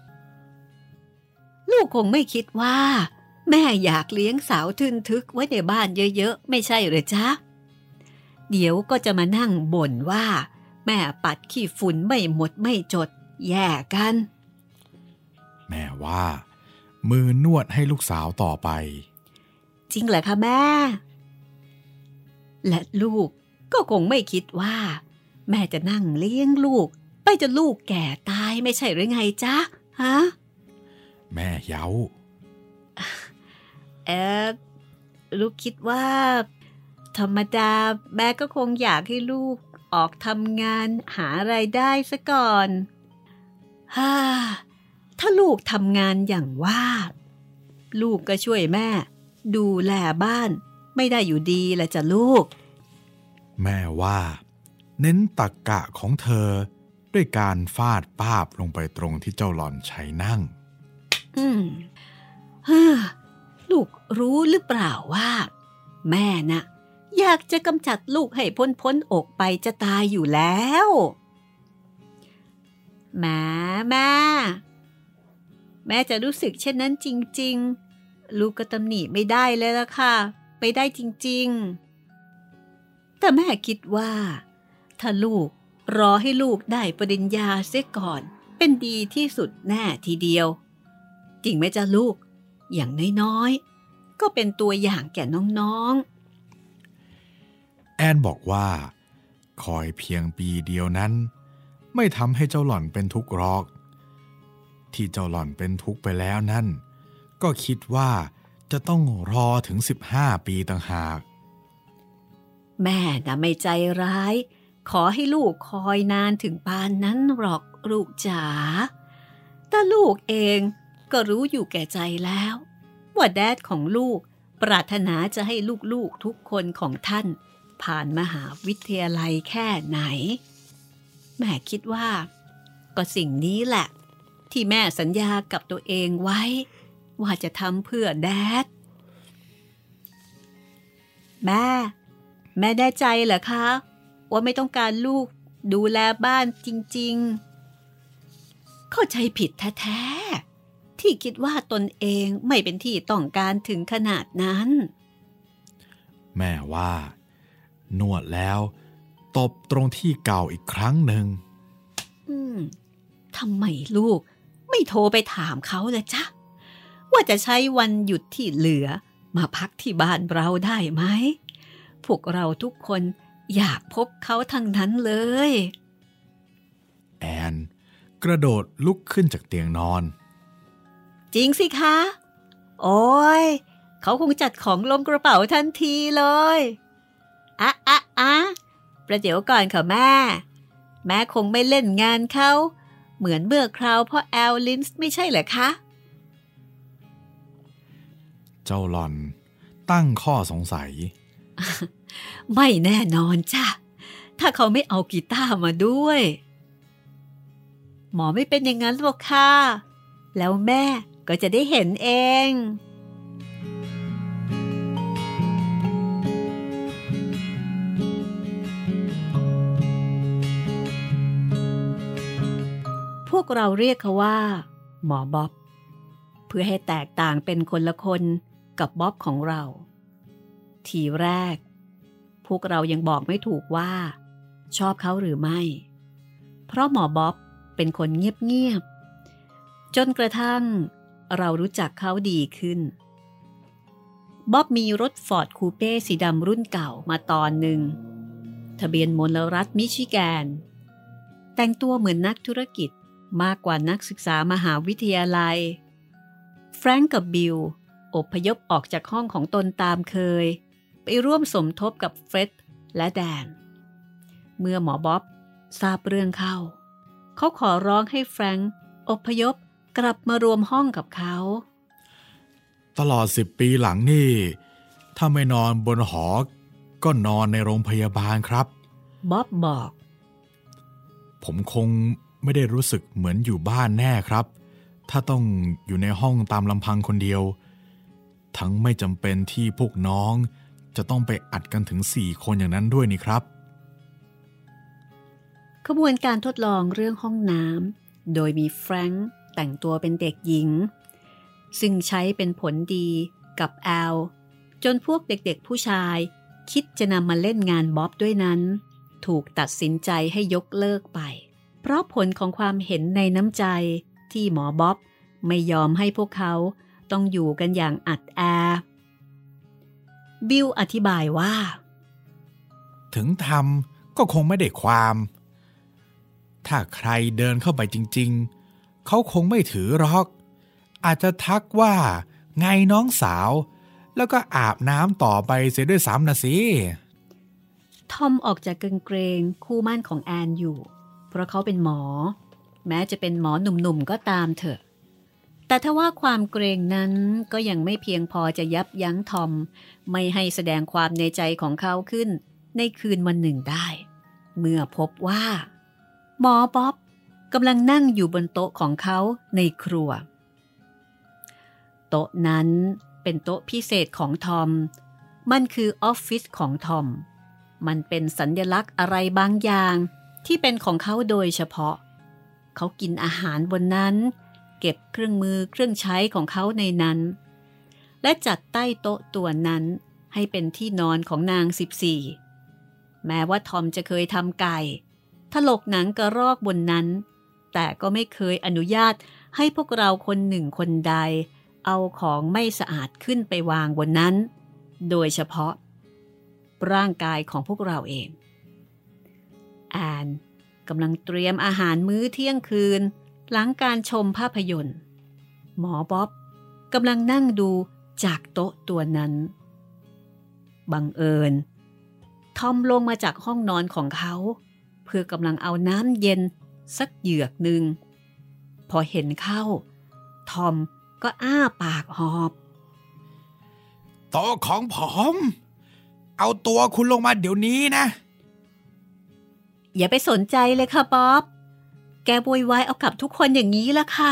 Speaker 2: ลูกคงไม่คิดว่าแม่อยากเลี้ยงสาวทึนทึกไว้ในบ้านเยอะๆไม่ใช่หรือจ๊ะเดี๋ยวก็จะมานั่งบ่นว่าแม่ปัดขี้ฝุ่นไม่หมดไม่จดแย่กัน
Speaker 1: แม่ว่ามือนวดให้ลูกสาวต่อไป
Speaker 2: จริงเหรอคะแม่และลูกก็คงไม่คิดว่าแม่จะนั่งเลี้ยงลูกไปจนลูกแก่ตายไม่ใช่หรือไงจ๊ะฮะ
Speaker 1: แม่เย้า
Speaker 2: เออลูกคิดว่าธรรมดาแม่ก็คงอยากให้ลูกออกทำงานหาไรายได้ซะก่อนฮ่าถ้าลูกทำงานอย่างว่าลูกก็ช่วยแม่ดูแลบ้านไม่ได้อยู่ดีละจ้ะลูก
Speaker 1: แม่ว่าเน้นตรรกะของเธอด้วยการฟาดป้าบลงไปตรงที่เจ้าหล่อนใช้นั่ง
Speaker 2: อืมฮ่าลูกรู้หรือเปล่าว่าแม่น่ะอยากจะกำจัดลูกให้พ้นพ้นอกไปจะตายอยู่แล้วแม่แม่แม่จะรู้สึกเช่นนั้นจริงๆลูกก็ตำหนิไม่ได้เลยล่ะค่ะไม่ได้จริงๆแต่แม่คิดว่าถ้าลูกรอให้ลูกได้ปริญญาเสียก่อนเป็นดีที่สุดแน่ทีเดียวจริงไหมจ๊ะลูกอย่างน้อยๆก็เป็นตัวอย่างแก่น้อง
Speaker 1: ๆแอนบอกว่าคอยเพียงปีเดียวนั้นไม่ทำให้เจ้าหล่อนเป็นทุกข์หรอกที่เจ้าหล่อนเป็นทุกข์ไปแล้วนั่นก็คิดว่าจะต้องรอถึงสิบห้าปีต่างหาก
Speaker 2: แม่น่ะไม่ใจร้ายขอให้ลูกคอยนานถึงปานนั้นหรอกลูกจ๋าแต่ลูกเองก็รู้อยู่แก่ใจแล้วว่าแดดของลูกปรารถนาจะให้ลูกๆทุกคนของท่านผ่านมหาวิทยาลัยแค่ไหนแม่คิดว่าก็สิ่งนี้แหละที่แม่สัญญากับตัวเองไว้ว่าจะทำเพื่อแดดแม่แม่ได้ใจเหรอคะว่าไม่ต้องการลูกดูแลบ้านจริงๆเข้าใจผิดแท้ๆที่คิดว่าตนเองไม่เป็นที่ต้องการถึงขนาดนั้น
Speaker 1: แม่ว่านวดแล้วตบตรงที่เก่าอีกครั้งหนึ่ง
Speaker 2: อืมทำไมลูกไม่โทรไปถามเขาล่ะจ๊ะว่าจะใช้วันหยุดที่เหลือมาพักที่บ้านเราได้ไหมพวกเราทุกคนอยากพบเขาทั้งนั้นเลย
Speaker 1: แอนกระโดดลุกขึ้นจากเตียงนอน
Speaker 2: จริงสิคะโอ้ยเขาคงจัดของลงกระเป๋าทันทีเลยอะอะอะประเดี๋ยวก่อนค่ะแม่แม่คงไม่เล่นงานเขาเหมือนเมื่อคราวพ่อแอลลินส์ไม่ใช่เหรอคะ
Speaker 1: เจ้าหล่อนตั้งข้อสงสัย
Speaker 2: ไม่แน่นอนจ้ะถ้าเขาไม่เอากีตาร์มาด้วยหมอไม่เป็นอย่างนั้นหรอกค่ะแล้วแม่ก็จะได้เห็นเองพวกเราเรียกเขาว่าหมอบ๊อบเพื่อให้แตกต่างเป็นคนละคนกับบ๊อบของเราทีแรกพวกเรายังบอกไม่ถูกว่าชอบเขาหรือไม่เพราะหมอบ๊อบเป็นคนเงียบๆจนกระทั่งเรารู้จักเขาดีขึ้นบ๊อบมีรถฟอร์ดคูเป้สีดำรุ่นเก่ามาตอนหนึ่งทะเบียนมลรัฐมิชิแกนแต่งตัวเหมือนนักธุรกิจมากกว่านักศึกษามหาวิทยาลัยแฟรงก์กับบิลอพยพออกจากห้องของตนตามเคยไปร่วมสมทบกับเฟร็ดและแดนเมื่อหมอบ๊อบทราบเรื่องเข้าเขาขอร้องให้แฟรงก์อพยพกลับมารวมห้องกับเขา
Speaker 1: ตลอดสิบปีหลังนี่ถ้าไม่นอนบนหอก็นอนในโรงพยาบาลครับ
Speaker 2: บ๊อบบอก
Speaker 1: ผมคงไม่ได้รู้สึกเหมือนอยู่บ้านแน่ครับถ้าต้องอยู่ในห้องตามลำพังคนเดียวทั้งไม่จำเป็นที่พวกน้องจะต้องไปอัดกันถึงสี่คนอย่างนั้นด้วยนี่ครับ
Speaker 2: ขบวนการทดลองเรื่องห้องน้ำโดยมีแฟรงค์แต่งตัวเป็นเด็กหญิงซึ่งใช้เป็นผลดีกับแอลจนพวกเด็กๆผู้ชายคิดจะนำมาเล่นงานบ๊อบด้วยนั้นถูกตัดสินใจให้ยกเลิกไปเพราะผลของความเห็นในน้ำใจที่หมอบ๊อบไม่ยอมให้พวกเขาต้องอยู่กันอย่างอัดแอร์บิลอธิบายว่า
Speaker 1: ถึงทำก็คงไม่ได้ความถ้าใครเดินเข้าไปจริงๆเขาคงไม่ถือหรอกอาจจะทักว่าไงน้องสาวแล้วก็อาบน้ำต่อไปเสียด้วยซ้ำนะสิ
Speaker 2: ทอมออกจากกางเกงคู่มั่นของแอนอยู่เพราะเขาเป็นหมอแม้จะเป็นหมอหนุ่มๆก็ตามเถอะแต่ถ้าว่าความเกรงนั้นก็ยังไม่เพียงพอจะยับยั้งทอมไม่ให้แสดงความในใจของเขาขึ้นในคืนวันหนึ่งได้เมื่อพบว่าหมอบ๊อบกำลังนั่งอยู่บนโต๊ะของเขาในครัวโต๊ะนั้นเป็นโต๊ะพิเศษของทอมมันคือออฟฟิศของทอมมันเป็นสัญลักษณ์อะไรบางอย่างที่เป็นของเขาโดยเฉพาะเขากินอาหารบนนั้นเก็บเครื่องมือเครื่องใช้ของเขาในนั้นและจัดใต้โต๊ะตัวนั้นให้เป็นที่นอนของนางสิบสี่แม้ว่าทอมจะเคยทำไก่ถลกหนังกระรอกบนนั้นแต่ก็ไม่เคยอนุญาตให้พวกเราคนหนึ่งคนใดเอาของไม่สะอาดขึ้นไปวางบนนั้นโดยเฉพาะร่างกายของพวกเราเองแอนกำลังเตรียมอาหารมื้อเที่ยงคืนหลังการชมภาพยนตร์หมอบ๊อบกำลังนั่งดูจากโต๊ะตัวนั้นบังเอิญทอมลงมาจากห้องนอนของเขาเพื่อกำลังเอาน้ำเย็นสักเหยือกหนึ่งพอเห็นเข้าทอมก็อ้าปากหอบ
Speaker 1: โต๊ะของผมเอาตัวคุณลงมาเดี๋ยวนี้นะ
Speaker 2: อย่าไปสนใจเลยค่ะบ๊อบแกโวยวายเอากับทุกคนอย่างนี้ละค่ะ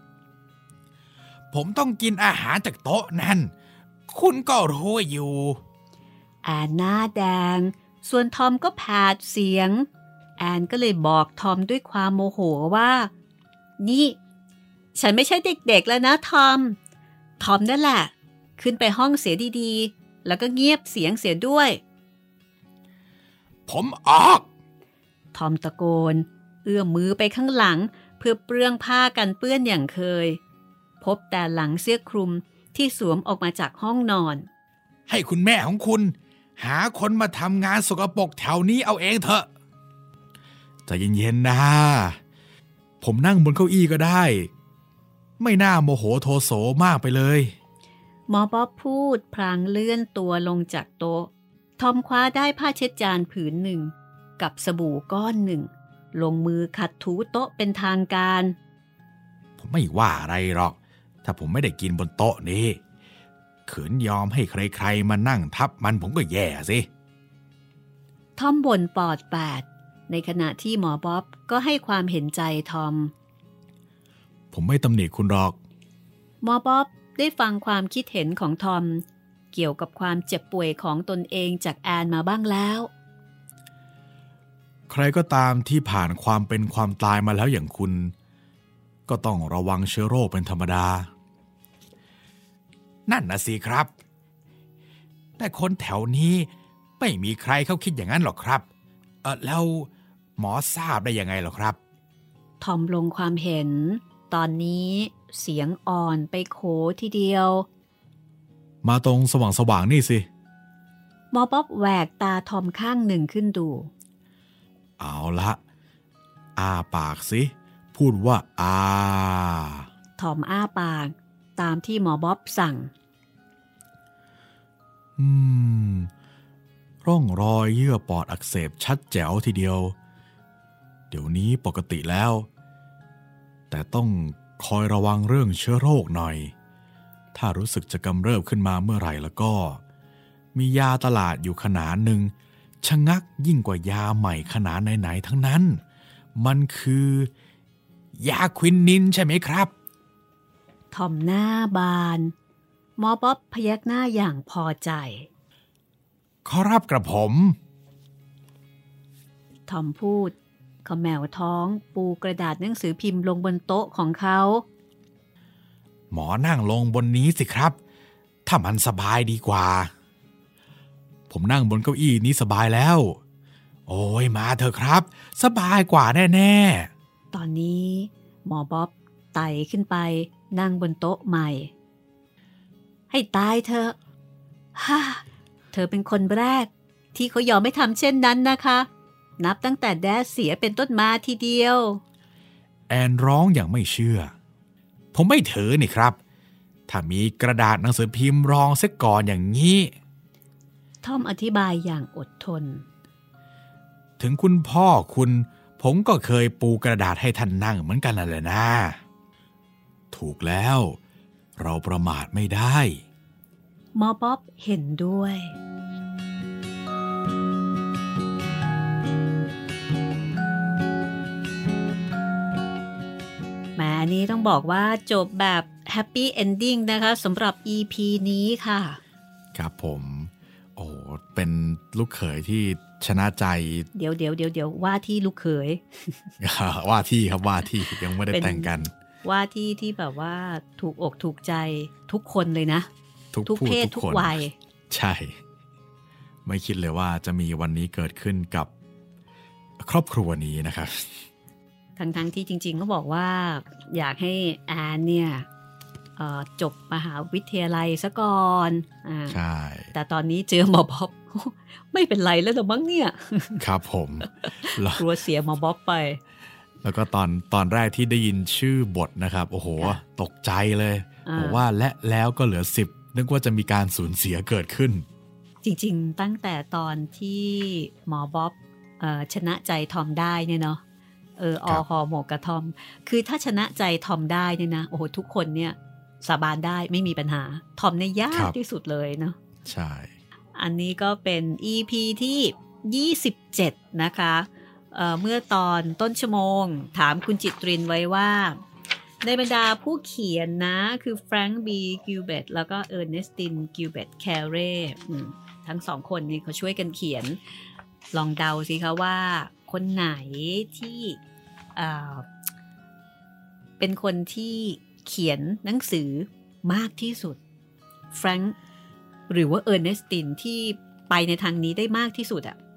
Speaker 1: ผมต้องกินอาหารจากโต๊ะนั่นคุณก็รู้อยู่
Speaker 2: แอนหน้าแดงส่วนทอมก็แผดเสียงแอนก็เลยบอกทอมด้วยความโมโหว่านี่ฉันไม่ใช่เด็กๆแล้วนะทอมทอมนั่นแหละขึ้นไปห้องเสียดีๆแล้วก็เงียบเสียงเสียด้วย
Speaker 1: ผมออก
Speaker 2: ทอมตะโกนเอื้อมมือไปข้างหลังเพื่อเปลื้องผ้ากันเปื้อนอย่างเคยพบแต่หลังเสื้อคลุมที่สวมออกมาจากห้องนอน
Speaker 1: ให้คุณแม่ของคุณหาคนมาทำงานสกปรกแถวนี้เอาเองเถอะใจเย็นๆนะผมนั่งบนเก้าอี้ก็ได้ไม่น่าโมโหโทโสมากไปเลย
Speaker 2: หมอบ๊อบพูดพลางเลื่อนตัวลงจากโต๊ะทอมคว้าได้ผ้าเช็ดจานผืนหนึ่งกับสบู่ก้อนหนึ่งลงมือขัดถูโต๊ะเป็นทางการ
Speaker 1: ผมไม่ว่าอะไรหรอกถ้าผมไม่ได้กินบนโต๊ะนี้ขืนยอมให้ใครๆมานั่งทับมันผมก็แย่สิ
Speaker 2: ทอมบ่นปอดแปดในขณะที่หมอบ๊อบก็ให้ความเห็นใจทอม
Speaker 1: ผมไม่ตำหนิคุณหรอก
Speaker 2: หมอบ๊อบได้ฟังความคิดเห็นของทอมเกี่ยวกับความเจ็บป่วยของตนเองจากแอนมาบ้างแล้ว
Speaker 1: ใครก็ตามที่ผ่านความเป็นความตายมาแล้วอย่างคุณก็ต้องระวังเชื้อโรคเป็นธรรมดานั่นนะสิครับแต่คนแถวนี้ไม่มีใครเขาคิดอย่างนั้นหรอกครับเออแล้วหมอทราบได้ยังไงหรอครับ
Speaker 2: ทอมลงความเห็นตอนนี้เสียงอ่อนไปโขทีเดียว
Speaker 1: มาตรงสว่างๆนี่สิ
Speaker 2: หมอป๊อบแหวกตาทอมข้างหนึ่งขึ้นดู
Speaker 1: เอาละอ้าปากสิพูดว่าอา
Speaker 2: ทอมอ้าปากตามที่หมอบ๊อบสั่ง
Speaker 1: อืมร่องรอยเยื่อปอดอักเสบชัดแจ๋วทีเดียวเดี๋ยวนี้ปกติแล้วแต่ต้องคอยระวังเรื่องเชื้อโรคหน่อยถ้ารู้สึกจะกำเริบขึ้นมาเมื่อไหร่แล้วก็มียาตลาดอยู่ขนาดหนึ่งชะงักยิ่งกว่ายาใหม่ขนาดไหนๆทั้งนั้นมันคือยาควินนินใช่ไหมครับ
Speaker 2: ทอมหน้าบานหมอป๊อบพยักหน้าอย่างพอใจ
Speaker 1: ขอรับกระผม
Speaker 2: ทอมพูดเขาแมวท้องปูกระดาษหนังสือพิมพ์ลงบนโต๊ะของเขา
Speaker 1: หมอนั่งลงบนนี้สิครับถ้ามันสบายดีกว่าผมนั่งบนเก้าอี้นี้สบายแล้วโอ้ยมาเถอะครับสบายกว่าแน่
Speaker 2: ๆตอนนี้หมอบ๊อบไต่ขึ้นไปนั่งบนโต๊ะใหม่ให้ตายเถอะฮ่าเธอเป็นคนแรกที่เขายอมไม่ทำเช่นนั้นนะคะนับตั้งแต่แดดเสียเป็นต้นมาทีเดียว
Speaker 1: แอนร้องอย่างไม่เชื่อผมไม่ถือนี่ครับถ้ามีกระดาษหนังสือพิมพ์รองเสียก่อนอย่างนี้
Speaker 2: ทอมอธิบายอย่างอดทน
Speaker 1: ถึงคุณพ่อคุณผมก็เคยปูกระดาษให้ท่านนั่งเหมือนกันนั่นแหละนะถูกแล้วเราประมาทไม่ได้
Speaker 2: หมอป๊อบเห็นด้วยแหมนี้ต้องบอกว่าจบแบบแฮปปี้เอนดิ้งนะคะสำหรับ อี พี นี้ค่ะ
Speaker 1: ครับผมโอ้เป็นลูกเขยที่ชนะใจ
Speaker 2: เดี๋ยวเดี๋ยวเดี๋ยวเดี๋ยวว่าที่ลูกเขย
Speaker 1: ว่าที่ครับว่าที่ยังไม่ได้แต่งกัน
Speaker 2: ว่าที่ที่แบบว่าถูกอกถูกใจทุกคนเลยนะ
Speaker 1: ทุก,
Speaker 2: ทุกเพศทุกวัย
Speaker 1: ใช่ไม่คิดเลยว่าจะมีวันนี้เกิดขึ้นกับครอบครัวนี้นะครับ
Speaker 2: ทั้งๆที่จริงๆเขาบอกว่าอยากให้แอนเนี่ยจบมหาวิทยาลัยซะก่อน
Speaker 1: ใช่
Speaker 2: แต่ตอนนี้เจอหมอบ๊อบไม่เป็นไรแล้วหรอมั้งเนี่ย
Speaker 1: ครับผม
Speaker 2: กลัวเสียหมอบ๊อบไป
Speaker 1: แล้วก็ตอนตอนแรกที่ได้ยินชื่อบทนะครับโอ้โหตกใจเลยบอกว่าและแล้วก็เหลือสิบนึกว่าจะมีการสูญเสียเกิดขึ้น
Speaker 2: จริงๆตั้งแต่ตอนที่หมอบ๊อบชนะใจทอมได้เนี่ยเนาะเอออหอหมกกับทอมคือถ้าชนะใจทอมได้เนี่ยนะโอ้โหทุกคนเนี่ยสาบานได้ไม่มีปัญหาทอมเนี่ยยากที่สุดเลยเนาะ
Speaker 1: ใช่
Speaker 2: อันนี้ก็เป็น อี พี ที่ยี่สิบเจ็ดนะคะเอ่อเมื่อตอนต้นชั่วโมงถามคุณจิตรินไว้ว่าในบรรดาผู้เขียนนะคือแฟรงค์บีกิลเบตแล้วก็เออร์เนสตินกิลเบตแคเร่ทั้งสองคนนี้เขาช่วยกันเขียนลองเดาสิคะว่าคนไหนที่เอ่อเป็นคนที่เขียนหนังสือมากที่สุดแฟรงค์หรือว่าเออร์เนสตินที่ไปในทางนี้ได้มากที่สุดอะ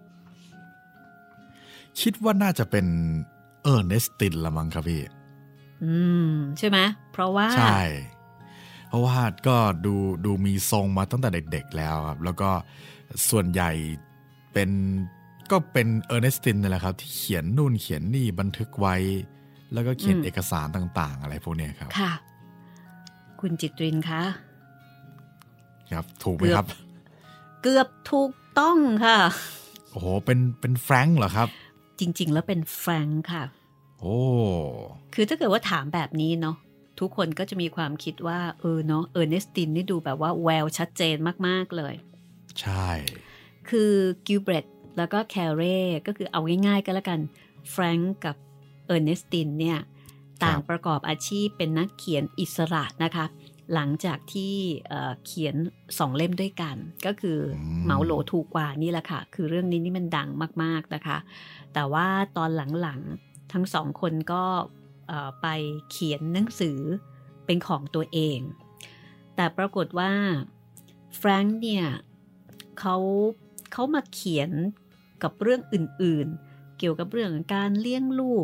Speaker 1: คิดว่าน่าจะเป็นเออร์เนสตินละมั้งครับพี่
Speaker 2: อืมใช่ไหมเพราะว่า
Speaker 1: ใช่เพราะว่าก็ดูดูมีทรงมาตั้งแต่เด็กๆแล้วครับแล้วก็ส่วนใหญ่เป็นก็เป็นเออร์เนสตินนั่นแหละครับที่เขียนนู่นเขียนนี่บันทึกไว้แล้วก็เขียนเอกสารต่างๆอะไรพวกนี้ครับ
Speaker 2: ค่ะคุณจิตรินคะ
Speaker 1: ครับถูกไหมครับ
Speaker 2: เกือบถูกต้องค่ะ
Speaker 1: โอ้โหเป็นเป็นแฟรงค์เหรอครับ
Speaker 2: จริงๆแล้วเป็นแฟรงค์ค่ะ
Speaker 1: โอ้
Speaker 2: คือถ้าเกิดว่าถามแบบนี้เนาะทุกคนก็จะมีความคิดว่าเออเนาะเออร์เนสตินนี่ดูแบบว่าแววชัดเจนมากๆเลย
Speaker 1: ใช่
Speaker 2: คือกิลเบตแล้วก็แคเร่ก็คือเอาง่ายๆก็แล้วกันแฟรงค์กับเออร์เนสตินเนี่ยต่างประกอบอาชีพเป็นนักเขียนอิสระนะคะหลังจากที่เขียนสองเล่มด้วยกันก็คือเหมาโหลถูกกว่านี่แหละค่ะคือเรื่องนี้นี่มันดังมากๆนะคะแต่ว่าตอนหลังๆทั้งสองคนก็ไปเขียนหนังสือเป็นของตัวเองแต่ปรากฏว่าแฟรงค์เนี่ยเขาเขามาเขียนกับเรื่องอื่นๆเกี่ยวกับเรื่องการเลี้ยงลูก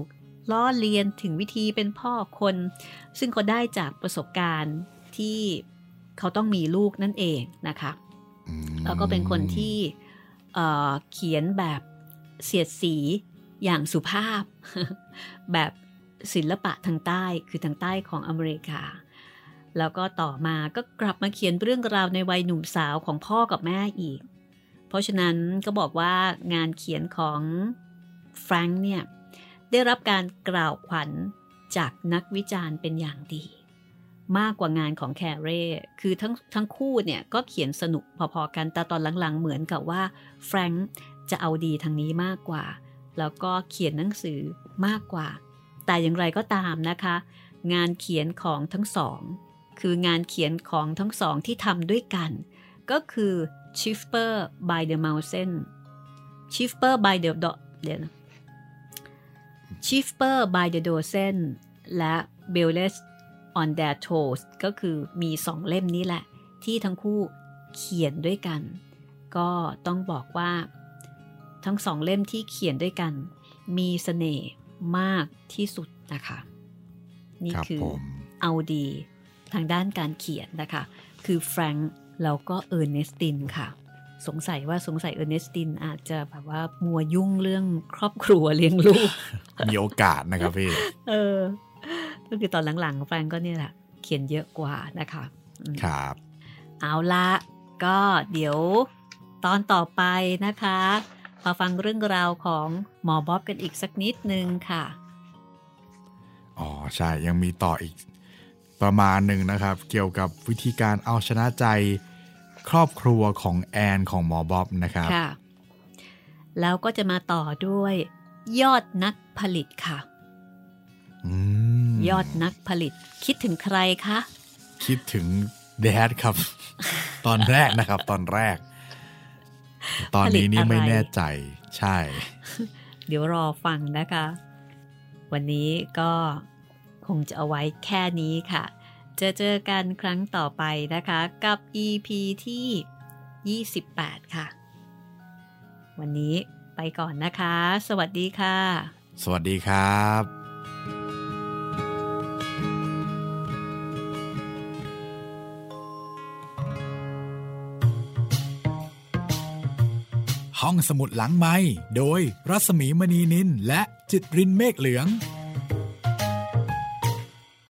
Speaker 2: ล้อเลียนถึงวิธีเป็นพ่อคนซึ่งเขาได้จากประสบการณ์ที่เขาต้องมีลูกนั่นเองนะคะแล้วก็เป็นคนที่เอ่อเขียนแบบเสียดสีอย่างสุภาพ แบบศิลปะทางใต้คือทางใต้ของอเมริกาแล้วก็ต่อมาก็กลับมาเขียนเรื่องราวในวัยหนุ่มสาวของพ่อกับแม่อีกเพราะฉะนั้นก็บอกว่างานเขียนของแฟรงค์เนี่ยได้รับการกล่าวขวัญจากนักวิจารณ์เป็นอย่างดีมากกว่างานของแคเร่คือทั้งทั้งคู่เนี่ยก็เขียนสนุกพอๆกันแต่ตอนหลังๆเหมือนกับว่าแฟรงค์จะเอาดีทางนี้มากกว่าแล้วก็เขียนหนังสือมากกว่าแต่อย่างไรก็ตามนะคะงานเขียนของทั้งสองคืองานเขียนของทั้งสองที่ทำด้วยกันก็คือ Shifter by the Mountain Shifter by the Do เดี๋ยวนะ Shifter by the Dozen และ Bells on their Toes ก็คือมีสองเล่มนี้แหละที่ทั้งคู่เขียนด้วยกันก็ต้องบอกว่าทั้งสองเล่มที่เขียนด้วยกันมีเสน่ห์มากที่สุดนะคะนี่คือเอาดีทางด้านการเขียนนะคะคือแฟรงค์แล้วก็เออร์เนสตินค่ะสงสัยว่าสงสัยเออร์เนสตินอาจจะแบบว่ามัวยุ่งเรื่องครอบครัวเลี้ยงลูก
Speaker 1: มีโอกาสนะครับพี่
Speaker 2: เออก็คือตอนหลังๆแฟรงค์ก็เนี่ยแหละเขียนเยอะกว่านะคะ
Speaker 1: ครับ
Speaker 2: เอาละก็เดี๋ยวตอนต่อไปนะคะมาฟังเรื่องราวของหมอบ๊อบกันอีกสักนิดนึงค่ะ
Speaker 1: อ๋อใช่ยังมีต่ออีกประมาณหนึ่งนะครับเกี่ยวกับวิธีการเอาชนะใจครอบครัวของแอนของหมอบ๊อบนะครับ
Speaker 2: ค่ะแล้วก็จะมาต่อด้วยยอดนักผลิตค่ะยอดนักผลิตคิดถึงใครคะ
Speaker 1: คิดถึงแดดครับ ตอนแรกนะครับตอนแรกตอนนี้นี่ไม่แน่ใจใช่
Speaker 2: เดี๋ยวรอฟังนะคะวันนี้ก็คงจะเอาไว้แค่นี้ค่ะจะเจอกันครั้งต่อไปนะคะกับ อี พี ที่ยี่สิบแปดค่ะวันนี้ไปก่อนนะคะสวัสดีค่ะ
Speaker 1: สวัสดีครับห้องสมุดหลังไมค์โดยรัศมีมณีนินและจิตรินเมฆเหลือง